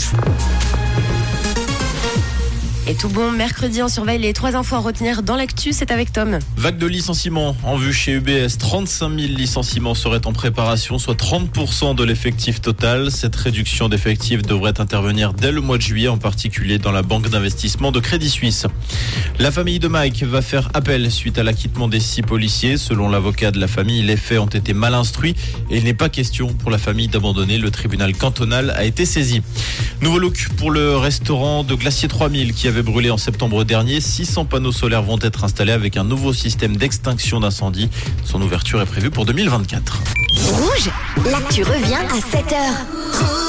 Et tout bon, mercredi, on surveille les 3 infos à retenir dans l'actu, c'est avec Tom. Vague de licenciements en vue chez UBS. 35 000 licenciements seraient en préparation, soit 30% de l'effectif total. Cette réduction d'effectifs devrait intervenir dès le mois de juillet, en particulier dans la banque d'investissement de Crédit Suisse. La famille de Mike va faire appel suite à l'acquittement des 6 policiers. Selon l'avocat de la famille, les faits ont été mal instruits et il n'est pas question pour la famille d'abandonner. Le tribunal cantonal a été saisi. Nouveau look pour le restaurant de Glacier 3000 qui avait brûlé en septembre dernier. 600 panneaux solaires vont être installés avec un nouveau système d'extinction d'incendie. Son ouverture est prévue pour 2024. Rouge, l'actu revient à 7h.